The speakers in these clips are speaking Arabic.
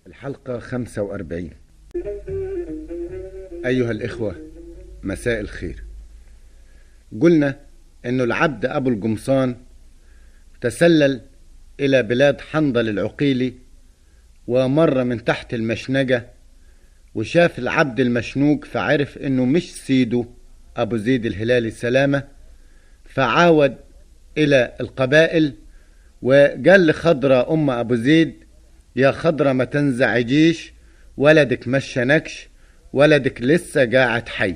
الحلقة 45. أيها الإخوة، مساء الخير. قلنا أن العبد أبو القمصان تسلل إلى بلاد حنظل العقيلي ومر من تحت المشنقة وشاف العبد المشنوق، فعرف أنه مش سيده أبو زيد الهلالي سلامة، فعاود إلى القبائل وقال لخضرة أم أبو زيد: يا خضرة ما تنزعجيش، ولدك مشنكش، ولدك لسه قاعد حي.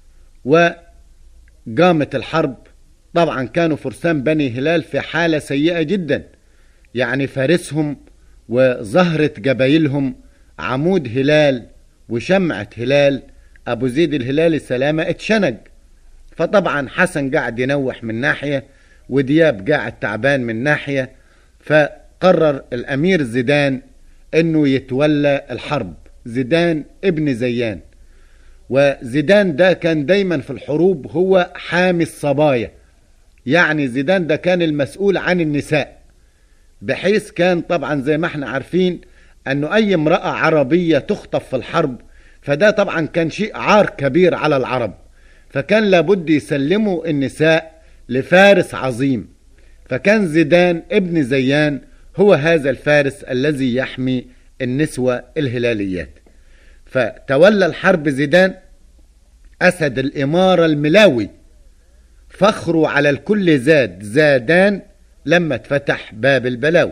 وقامت الحرب. طبعا كانوا فرسان بني هلال في حالة سيئة جدا، يعني فارسهم وزهرة قبايلهم عمود هلال وشمعة هلال أبو زيد الهلالي سلامة اتشنق. فطبعا حسن قاعد ينوح من ناحية ودياب قاعد تعبان من ناحية، فقرر الأمير زيدان أنه يتولى الحرب. زيدان ابن زيان، وزيدان ده كان دايما في الحروب هو حامي الصبايا، يعني زيدان ده كان المسؤول عن النساء، بحيث كان طبعا زي ما احنا عارفين أنه أي امرأة عربية تخطف في الحرب فده طبعا كان شيء عار كبير على العرب، فكان لابد يسلموا النساء لفارس عظيم. فكان زيدان ابن زيان هو هذا الفارس الذي يحمي النسوة الهلاليات. فتولى الحرب زيدان أسد الإمارة الملاوي، فخروا على الكل زاد زادان لما اتفتح باب البلاوي.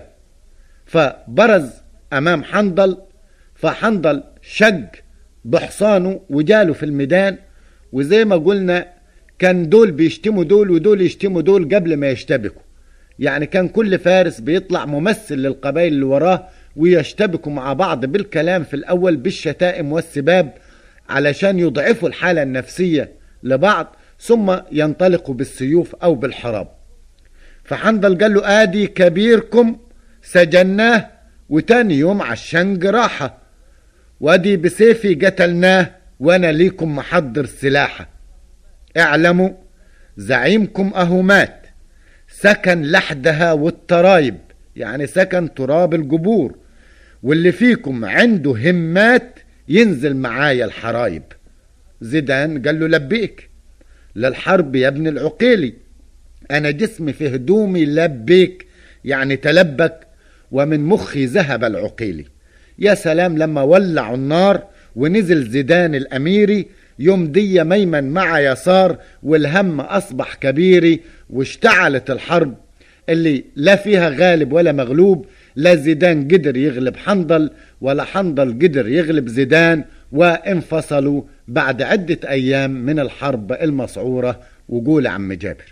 فبرز أمام حنظل، فحنظل شق بحصانه وجاله في الميدان، وزي ما قلنا كان دول بيشتموا دول ودول يشتموا دول قبل ما يشتبكوا، يعني كان كل فارس بيطلع ممثل للقبائل اللي وراه ويشتبكوا مع بعض بالكلام في الأول بالشتائم والسباب علشان يضعفوا الحالة النفسية لبعض، ثم ينطلقوا بالسيوف أو بالحراب. فحنظل قال له: آدي كبيركم سجناه وتاني يوم على الشنق راحة، وادي بسيفي قتلناه وانا ليكم محضر سلاحة. اعلموا زعيمكم اهو مات، سكن لحدها والترايب، يعني سكن تراب القبور، واللي فيكم عنده همات ينزل معايا الحرايب. زيدان قال له: لبيك للحرب يا ابن العقيلي، انا جسمي في هدومي لبيك، يعني تلبك، ومن مخي ذهب العقيلي. يا سلام لما ولعوا النار ونزل زيدان الأميري يوم دي ميمن مع يسار، والهم أصبح كبيري، واشتعلت الحرب اللي لا فيها غالب ولا مغلوب. لا زيدان قدر يغلب حنظل ولا حنظل قدر يغلب زيدان، وانفصلوا بعد عدة أيام من الحرب المسعورة. وقول عم جابر: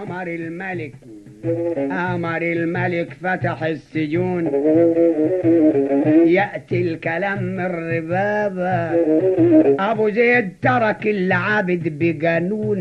أمر الملك فتح السجون، يأتي الكلام من ربابة. أبو زيد ترك العبد بقانون،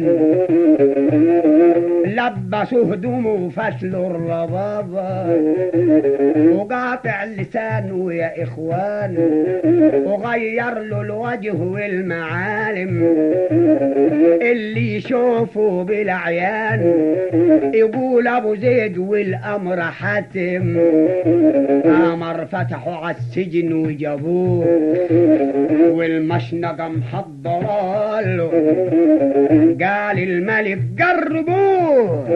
لبسوا هدومه وفتلوا الربابة، وقاطع لسانه يا إخوان، وغير له الوجه والمعالم، اللي يشوفوا بالعيان يقول أبو زيد والأمر حاتم. أمر فتحوا على السجن وجابوه، والمشنقة محضراله، قال الملك قربوه،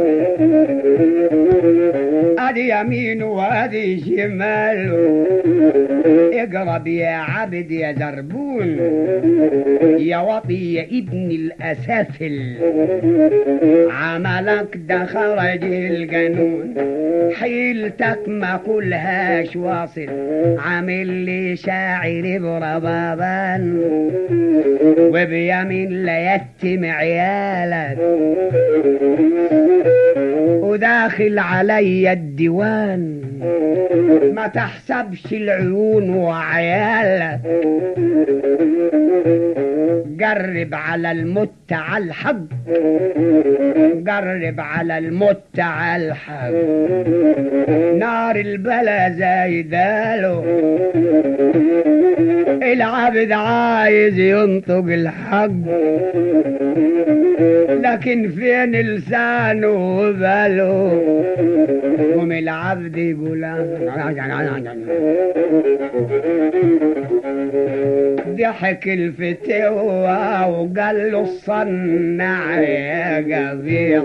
ادي يمين وادي شمال، اقرب يا عبد يا زربون، يا وطي يا ابن الأسافل، عملك ده خرج القانون، حيلتك ما كلهاش واصل، عامل لي شاعر بربابان، وبيمين لا يتم عيالك، وداخل علي الديوان، ما تحسبش العيون وعيالك، قرب على المت على الحق، قرب على المت على الحق، نار البلا زايداله، العبد عايز ينطق الحق، لكن فين لسانه وباله، قوم العبد يقول ضحك الفتوى وقال له الصنع يا قبيح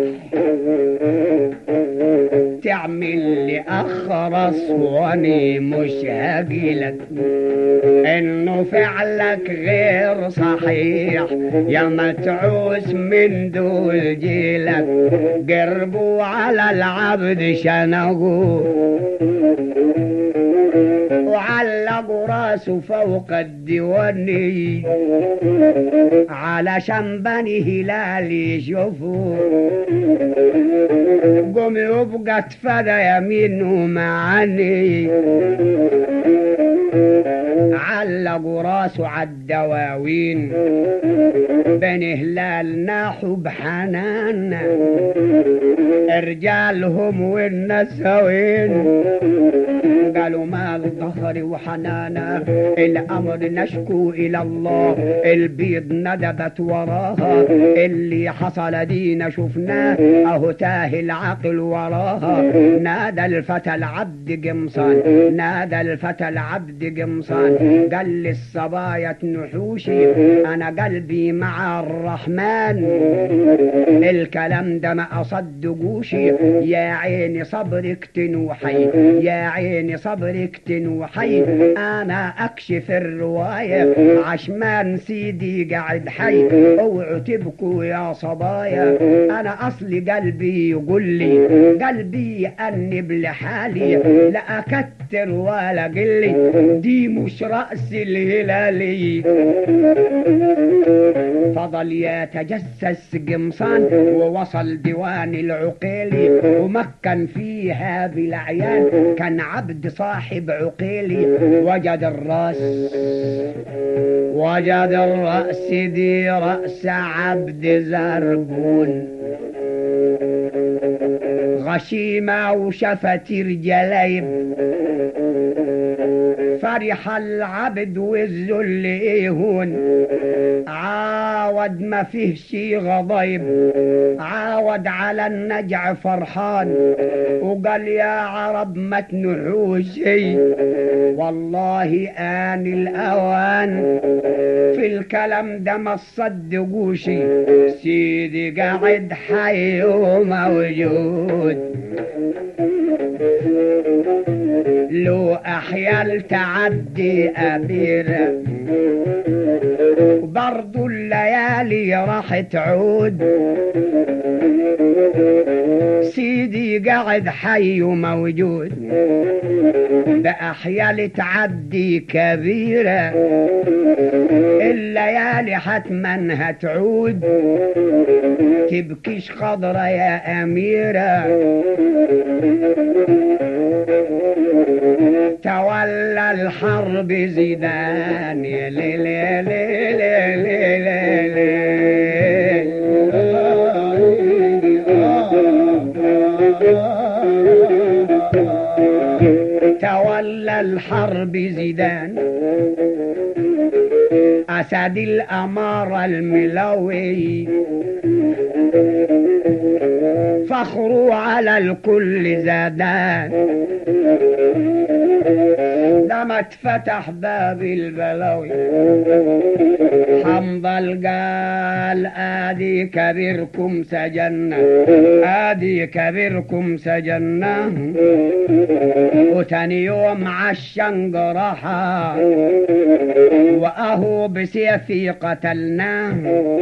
تعمل لي اخرس واني مش هاجيلك انه فعلك غير صحيح يا متعوس من دول جيلك قربوا على العبد شنقوا وعلقوا راسه فوق الديواني علشان بني هلال يشوفوا قوم يبقى اتفدى يمينه معني علقوا راسه عالدواوين بني هلال ناحوا بحنان رجالهم والنسوين قالوا مال ظهري وحنانا الامر نشكو الى الله البيض ندبت وراها اللي حصل دينا شفناه اهو تاه العقل وراها نادى الفتى العبد قمصان نادى الفتى العبد قمصان قال لي الصبايا نحوشي انا قلبي مع الرحمن الكلام ده ما اصدقوشي يا عيني صبرك تنوحي يا عيني صبرك تنوحي انا اكشف الرواية عشمان سيدي قاعد حي اوعوا تبكوا يا صبايا انا اصلي قلبي يقول لي قلبي انب لحالي لا اكتر ولا قلي دي مش رأس الهلالي فضل يتجسس قمصان ووصل ديوان العقيلي ومكن فيها بالعيان كان عبد صاحب عقيلي وجد الرأس دي رأس عبد زرقون غشيمة وشفتير جلايب فرح العبد والذل ايهون عاود ما فيه شي غضيب عاود على النجع فرحان وقال يا عرب ما تنحوشي والله آن الأوان في الكلام ده ما تصدقوشي سيدي قاعد حي وموجود لو أحيال تعدي أبيرة برضو الليالي راح تعود سيدي قاعد حي وموجود بأحيال تعدي كبيرة الليالي حتما هتعود تبكيش خضرة يا أميرة تولى الحرب زيدان يا ليل يا ليل يا ليل يا ليل تولى الحرب زيدان أسد الأمارة الملوي فخروا على الكل زادان لما اتفتح باب البلاوي حنظل قال آدي كبيركم سجنا آدي كبيركم سجنا وتاني يوم عالشنق راحة وأهو بسيفي قتلناه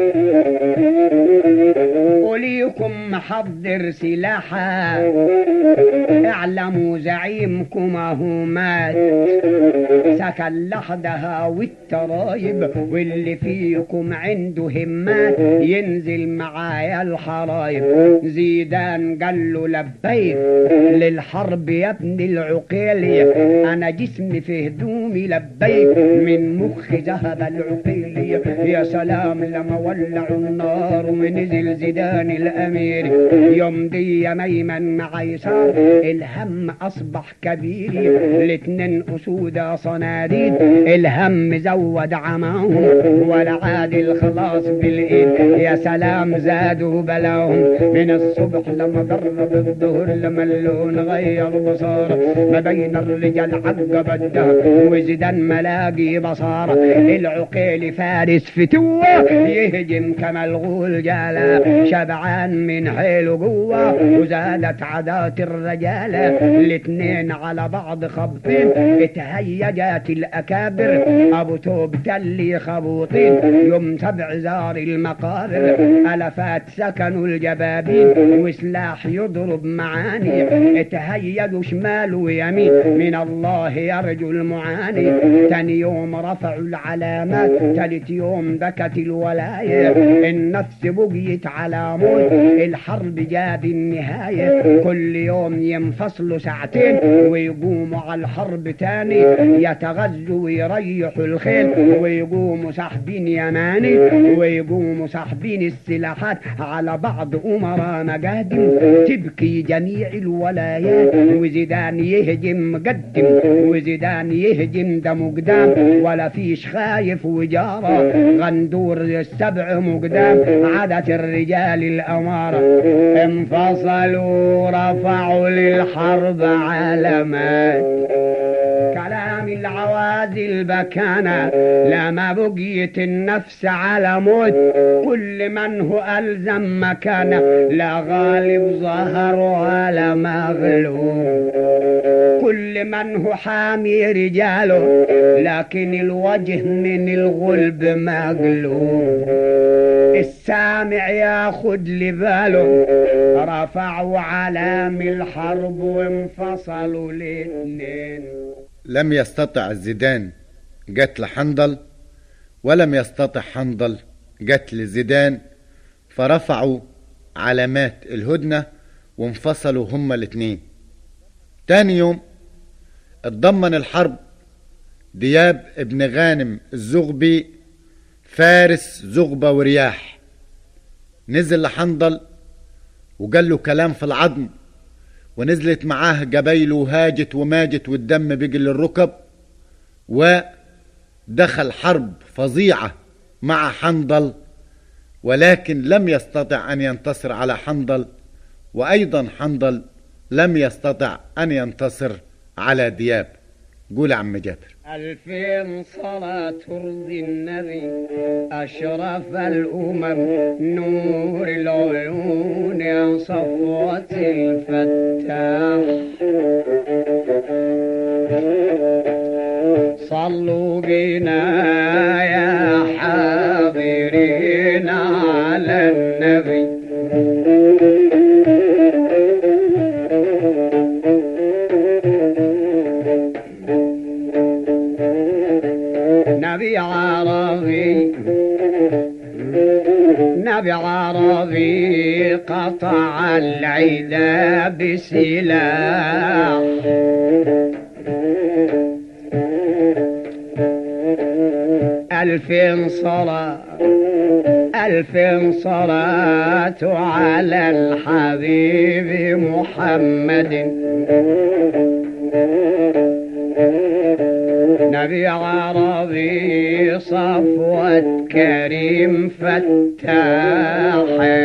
وليكم محضر سلاحا اعلموا زعيمكم اهو مات سكن لحدها والترايب واللي فيكم عنده همات ينزل معايا الحرايب زيدان قال له لبيك للحرب يا ابن العقيلي انا جسمي في هدومي لبيك من مخ ذهب العقيلي يا سلام لما ولعوا النار ونزل زيدان الامير. يوم دي يا ميمن مع يسار الهم اصبح كبير، الاتنين اسودة صناديد الهم زود عماهم ولا عاد الخلاص بالايد. يا سلام زادوا بلاهم من الصبح لما قرب الظهر لما اللون غير بصار ما بين الرجال عقب الدهر وزيدان ملاقي بصار. العقيل فارس فتوه يهجم كما الغول جاله شبعان من حيله قوه وزادت عادات الرجاله. الاتنين على بعض خبطين اتهيجت الاكابر ابو توب تلي خبوطين. يوم 7 زار المقابر الفات سكنوا الجبابين وسلاح يضرب معاني اتهيجوا شمال ويمين من الله يرجو المعاني. تاني يوم رفعوا العلامات تالت يوم بكت الولايه. النفس بقيت على موت الحرب جاب النهايه. كل يوم ينفصلوا ساعتين ويقوموا على الحرب تاني يتغزوا ويريحوا الخيل ويقوموا ساحبين يماني ويقوموا ساحبين السلاحات على بعض امراء مقادم. تبكي جميع الولايات وزيدان يهجم مقدم وزيدان يهجم دم قدام ولا فيش خايف وجاره. غندور السبع مقدام عادت الرجال الاماره. انفصلوا رفعوا للحرب علامات كلام العوازل بكانا لما بقيت النفس على موت. كل من هو ألزم مكانه لا غالب ظهر ولا مغلوب. كل من هو حامي رجاله لكن الوجه من الغلب مقلوب. السامع ياخد لباله رفعوا علام الحرب وانفصلوا الاثنين. لم يستطع زيدان قتل حنظل ولم يستطع حنظل قتل زيدان فرفعوا علامات الهدنة وانفصلوا هما الاثنين. تاني يوم اتضمن الحرب دياب ابن غانم الزغبي فارس زغبة ورياح. نزل لحنظل وقال له كلام في العظم ونزلت معاه قبيله وهاجت وماجت والدم بقي للركب ودخل حرب فظيعة مع حنظل ولكن لم يستطع أن ينتصر على حنظل وأيضا حنظل لم يستطع أن ينتصر على دياب. قول عم جابر. 2000 صلاة ترضي النبي أشرف الأمم نور العيون يا صفوة الفتاح. صلوا بنا يا حاضرين على النبي. نبي عربي قطع العدا بسلاح. ألفين صلاة على الحبيب محمد. نبي عربي صفوة كريم فتاح.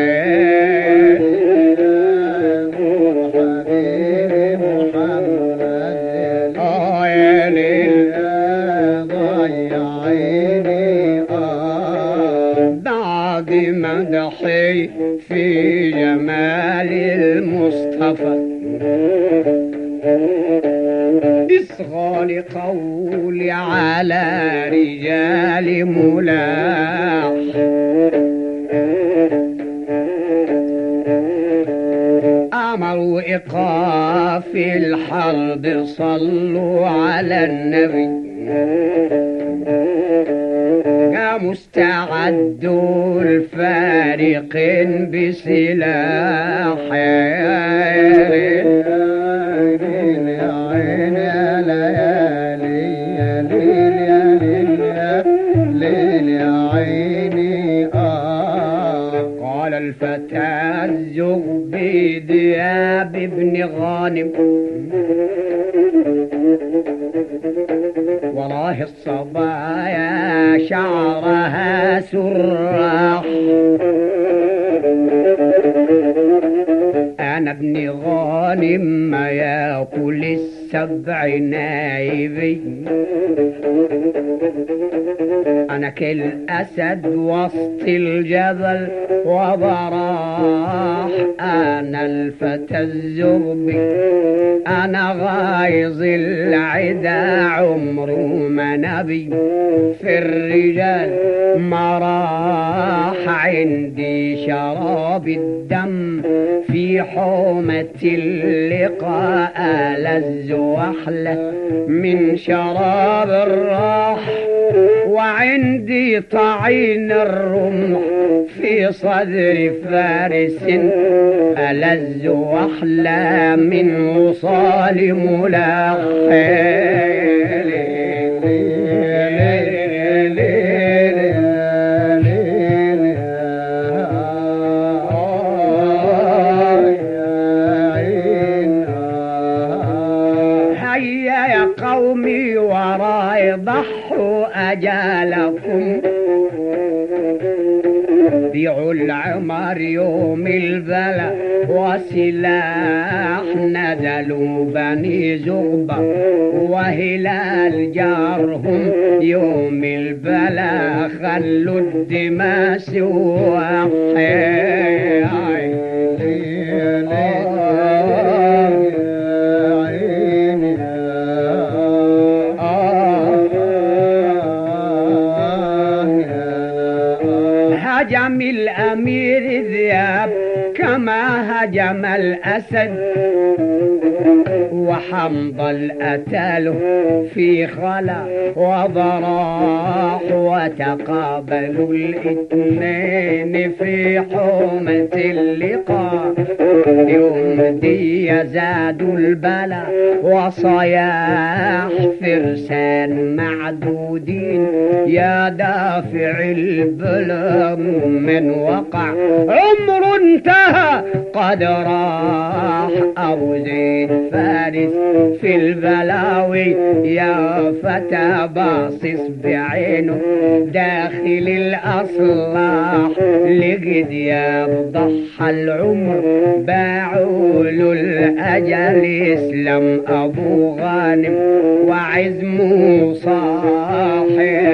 حبيبي محمد يا ليل ضيعيني بعد مدحي في جمال المصطفى. اصغى لقولي على رجال ملاح. امروا ايقاف الحرب صلوا على النبي. قاموا استعدوا الفارقين بسلاح. ليل يا قومي دياب ابن غانم والله الصبايا شعرها سراح انا ابن غانم ما ياكل السبع نايبي انا كالاسد وسط الجبل وبراح انا الفتى الزغبي انا غايظ العدا عمره ما نبي في الرجال ما راح عندي شراب الدم في حومة اللقاء ألذ وأحلى من شراب الراح وعندي طعين الرمح في صدر فارس ألذ وأحلى من وصال ملاح قومي وراي ضحوا أجالكم بيعوا العمر يوم البلا وسلاح نزلوا بني زغبة وهلال جارهم يوم البلا خلوا الدماء سواح هجم الأمير ذياب كما هجم الأسد وحنظل أتاله في خلا وضراح وتقابلوا الاثنين في حومة اللقاء يوم دي يزادوا البلا وصياح فرسان معدودين يا دافع البلا من وقع عمر انتهى قد راح أبو زيد فارس في البلاوي يا فتى باصص بعينه داخل الأصلاح لقد يا ضحى العمر باعوا له الأجل يسلم أبو غانم وعزمه صاحي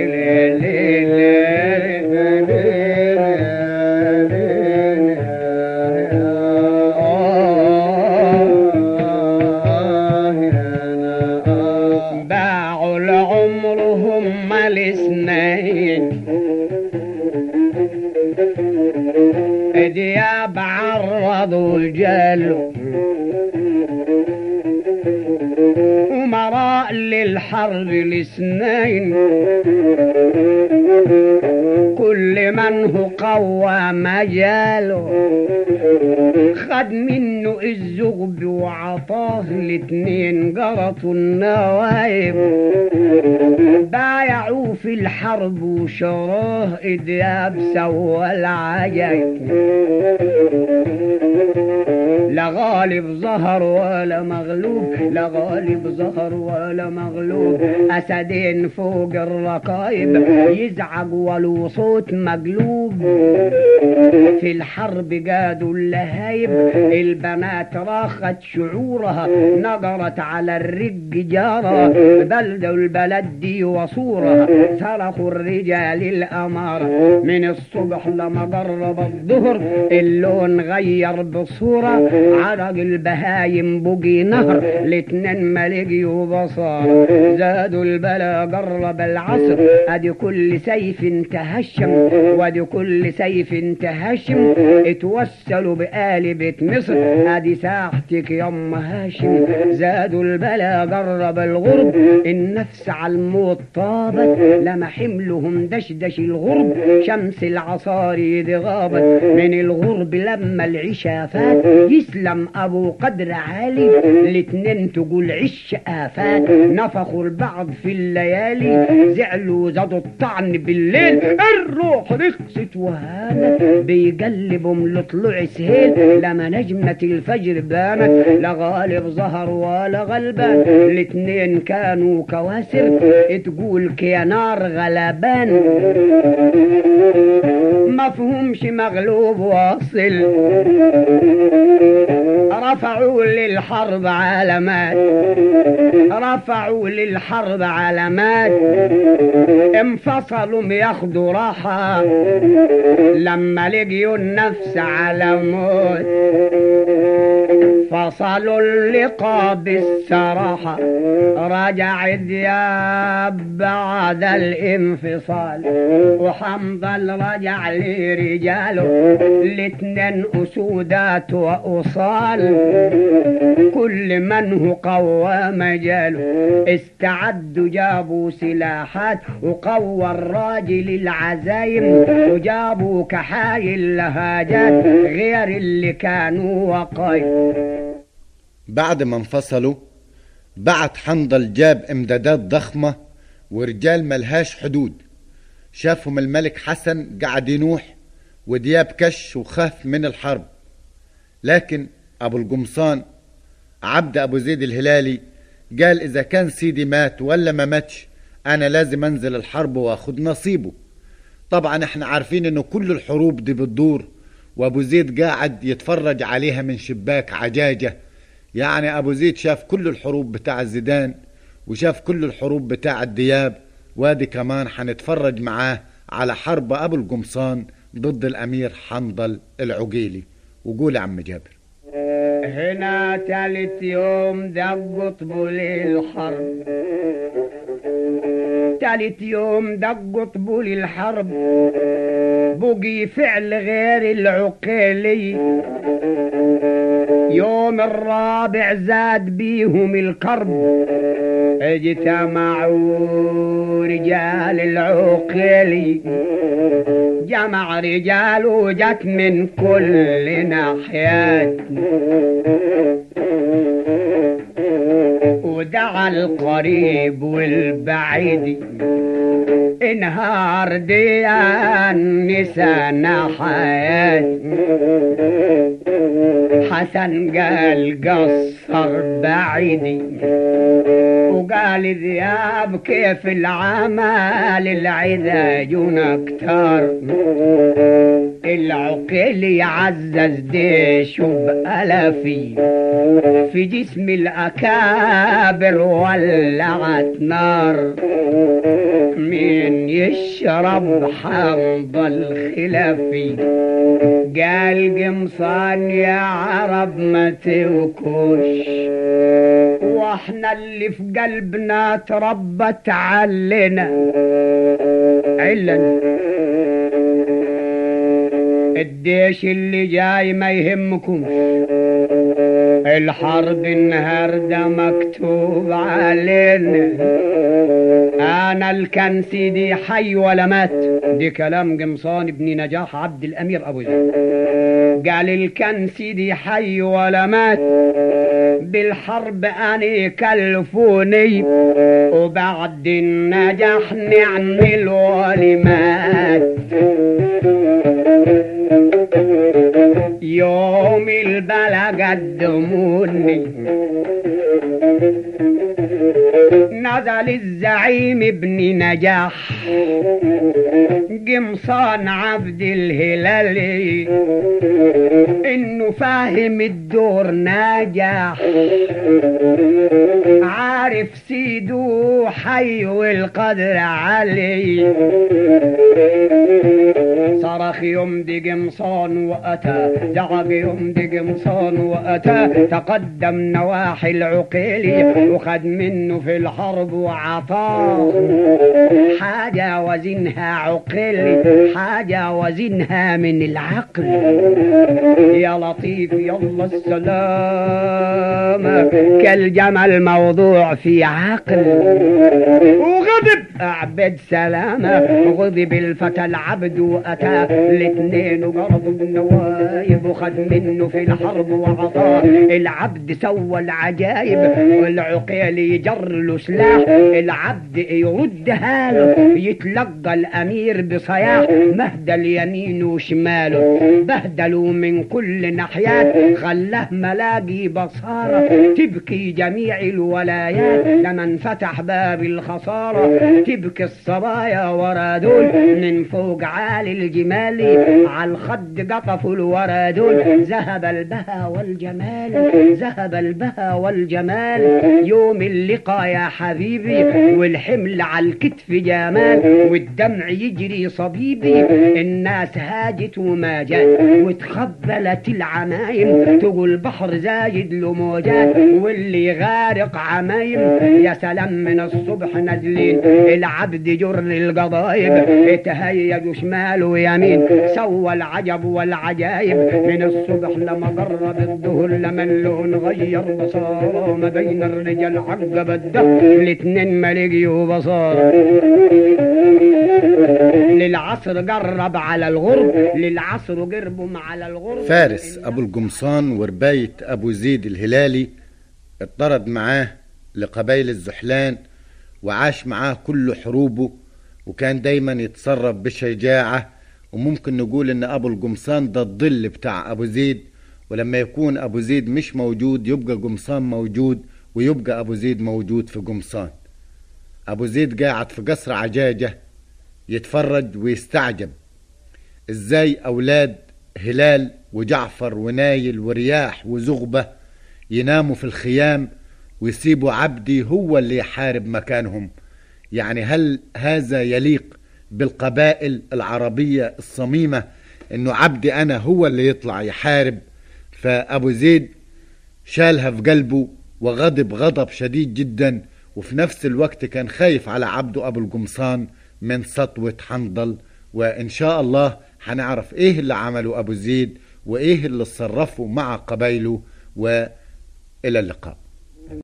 باعوا العمر هم الاثنين دياب عرضوا الجلو ومراء للحرب الاثنين كل من هو قوى مجاله خد منه الزغب وعطاه الاتنين قرطوا النوايب بايعوا في الحرب وشراه دياب سوى العجايب لا غالب ظهر ولا مغلوب لا غالب ظهر ولا مغلوب أسدين فوق الرقايب يزعج ولو صوت مقلوب في الحرب قادوا اللهايب البنات راخت شعورها نقرت على الرق جارها بلدوا البلد دي وصورها صرخوا الرجال الأمارة من الصبح لما قرب الظهر اللون غير بصورة عرق البهايم بقي نهر الاتنين ما لقيوا بصار زادوا البلا قرب العصر ادي كل سيف تهشم وادي كل سيف تهشم اتوسلوا بآل بيت مصر ادي ساحتك يا ام هاشم زادوا البلا قرب الغرب النفس على الموت طابت لما حملهم دشدش الغرب شمس العصاري دي غابت من الغرب لما العشاء فات واسلم ابو قدر عالي، الاتنين تقول عش آفات، نفخوا البعض في الليالي، زعلوا زادوا الطعن بالليل، الروح رخصت وهانت، بيقلبهم لطلوع سهيل، لما نجمة الفجر بانت، لا غالب ظهر ولا غلبان، الاتنين كانوا كواسر، تقول كينار غلبان، مفهومش مغلوب واصل، رفعوا للحرب علامات، رفعوا للحرب علامات، انفصلوا ياخدوا راحة، لما لقيوا النفس على موت، فصلوا اللقاء بالصراحة، رجع دياب بعد الانفصال، وحنظل رجع لرجاله، الاتنين اسودات واصال، كل من هو قوى مجاله، استعدوا جابوا سلاحات، وقوى الراجل العزايم، وجابوا كحايل لهاجات، غير اللي كانوا وقايم. بعد ما انفصلوا بعت حنظل جاب امدادات ضخمة ورجال ملهاش حدود، شافهم الملك حسن قاعد ينوح، ودياب كش وخاف من الحرب، لكن ابو القمصان عبد ابو زيد الهلالي قال اذا كان سيدي مات ولا ما ماتش انا لازم انزل الحرب واخد نصيبه. طبعا احنا عارفين انه كل الحروب دي بتدور، وابو زيد قاعد يتفرج عليها من شباك عجاجة، يعني ابو زيد شاف كل الحروب بتاع الزيدان وشاف كل الحروب بتاع الدياب، وادي كمان حنتفرج معاه على حرب ابو القمصان ضد الامير حنظل العقيلي. وقول يا عم جابر. هنا تالت يوم دقوا طبول الحرب، تالت يوم دقوا طبول الحرب، بقي فعل غير العقيلي، يوم الرابع زاد بيهم الكرب، اجتمعوا رجال العقيلي، جمع رجال وجت من كل ناحيات، ودعا القريب والبعيد، انهار ديان نسانا حياة، حسن قال قصر بعيدي، وقال ذياب كيف العمل العذاجون اكتر، العقيلي عزز ديش بألفي، في جسم الأكابر ولعت نار، من يشرب حنظل خلافي، قال قمصان يا عرب ما توكوش، واحنا اللي في قلبنا تربت علنا علنا، الديش اللي جاي ما يهمكمش، الحرب النهارده مكتوب علينا، انا الكن سيدي حي ولا مات، دي كلام قمصان ابن نجاح عبد الامير ابو زيد، قال الكن سيدي حي ولا مات، بالحرب أنا يكلفوني، وبعد النجاح نعمل وليمات، يوم البلا قدموني، نزل الزعيم ابن نجاح قمصان عبد الهلالي، انه فاهم الدور ناجح، عارف سيدو حي والقدر علي، صرخ يوم دي قمصان واتى، دعق يوم دي قمصان واتى، تقدم نواحي العقيلي، وخد من منه في الحرب وعطاه حاجة وزنها عقل، حاجة وزنها من العقل. يا لطيف يلا السلام كالجمل موضوع في عقل. وغضب أعبد سلامة، غضب الفتى العبد وأتى الاتنين وقرضوا بالنوايب وخد منه في الحرب وعطاه. العبد سوى العجايب والعقيل يجر له سلاح، العبد يردها له يتلقى الأمير بصياح. مهدى اليمين وشماله بهدلوا من كل ناحيات، خلاه ملاقي بصارة تبكي جميع الولايات. لمن فتح باب الخسارة تبكي الصبايا ورا دول، من فوق عالي الجمال على الخد قطفوا الورا دول. ذهب البهى والجمال، ذهب البهى والجمال، يوم اللقاء يا حبيبي والحمل على الكتف جمال، والدمع يجري صبيبي. الناس هاجت وما جات وتخبلت العمايم، تقول بحر زايد له موجات واللي غارق عمايم. يا سلام من الصبح نازلين العبد جر القضايب، اتهيجوا شمال ويمين سوى العجب والعجايب. من الصبح لما قرب الظهر لما اللون غير بصاره، ما بين الرجال عقب الدهر الاتنين ما لقيوا بصاره. للعصر قرب على الغرب، للعصر قربهم على الغرب. فارس أبو القمصان ورباية أبو زيد الهلالي اطرد معاه لقبائل الزحلان وعاش معاه كل حروبه، وكان دايما يتصرف بشجاعة. وممكن نقول ان ابو القمصان ده الظل بتاع ابو زيد، ولما يكون ابو زيد مش موجود يبقى قمصان موجود، ويبقى ابو زيد موجود في قمصان. ابو زيد قاعد في قصر عجاجة يتفرج ويستعجب ازاي اولاد هلال وجعفر ونايل ورياح وزغبة يناموا في الخيام ويسيبوا عبدي هو اللي يحارب مكانهم. يعني هل هذا يليق بالقبائل العربية الصميمة انه عبدي انا هو اللي يطلع يحارب؟ فابو زيد شالها في قلبه وغضب غضب شديد جدا، وفي نفس الوقت كان خايف على عبده ابو القمصان من سطوة حنظل. وان شاء الله هنعرف ايه اللي عمله ابو زيد وايه اللي صرفه مع قبائله. والى اللقاء.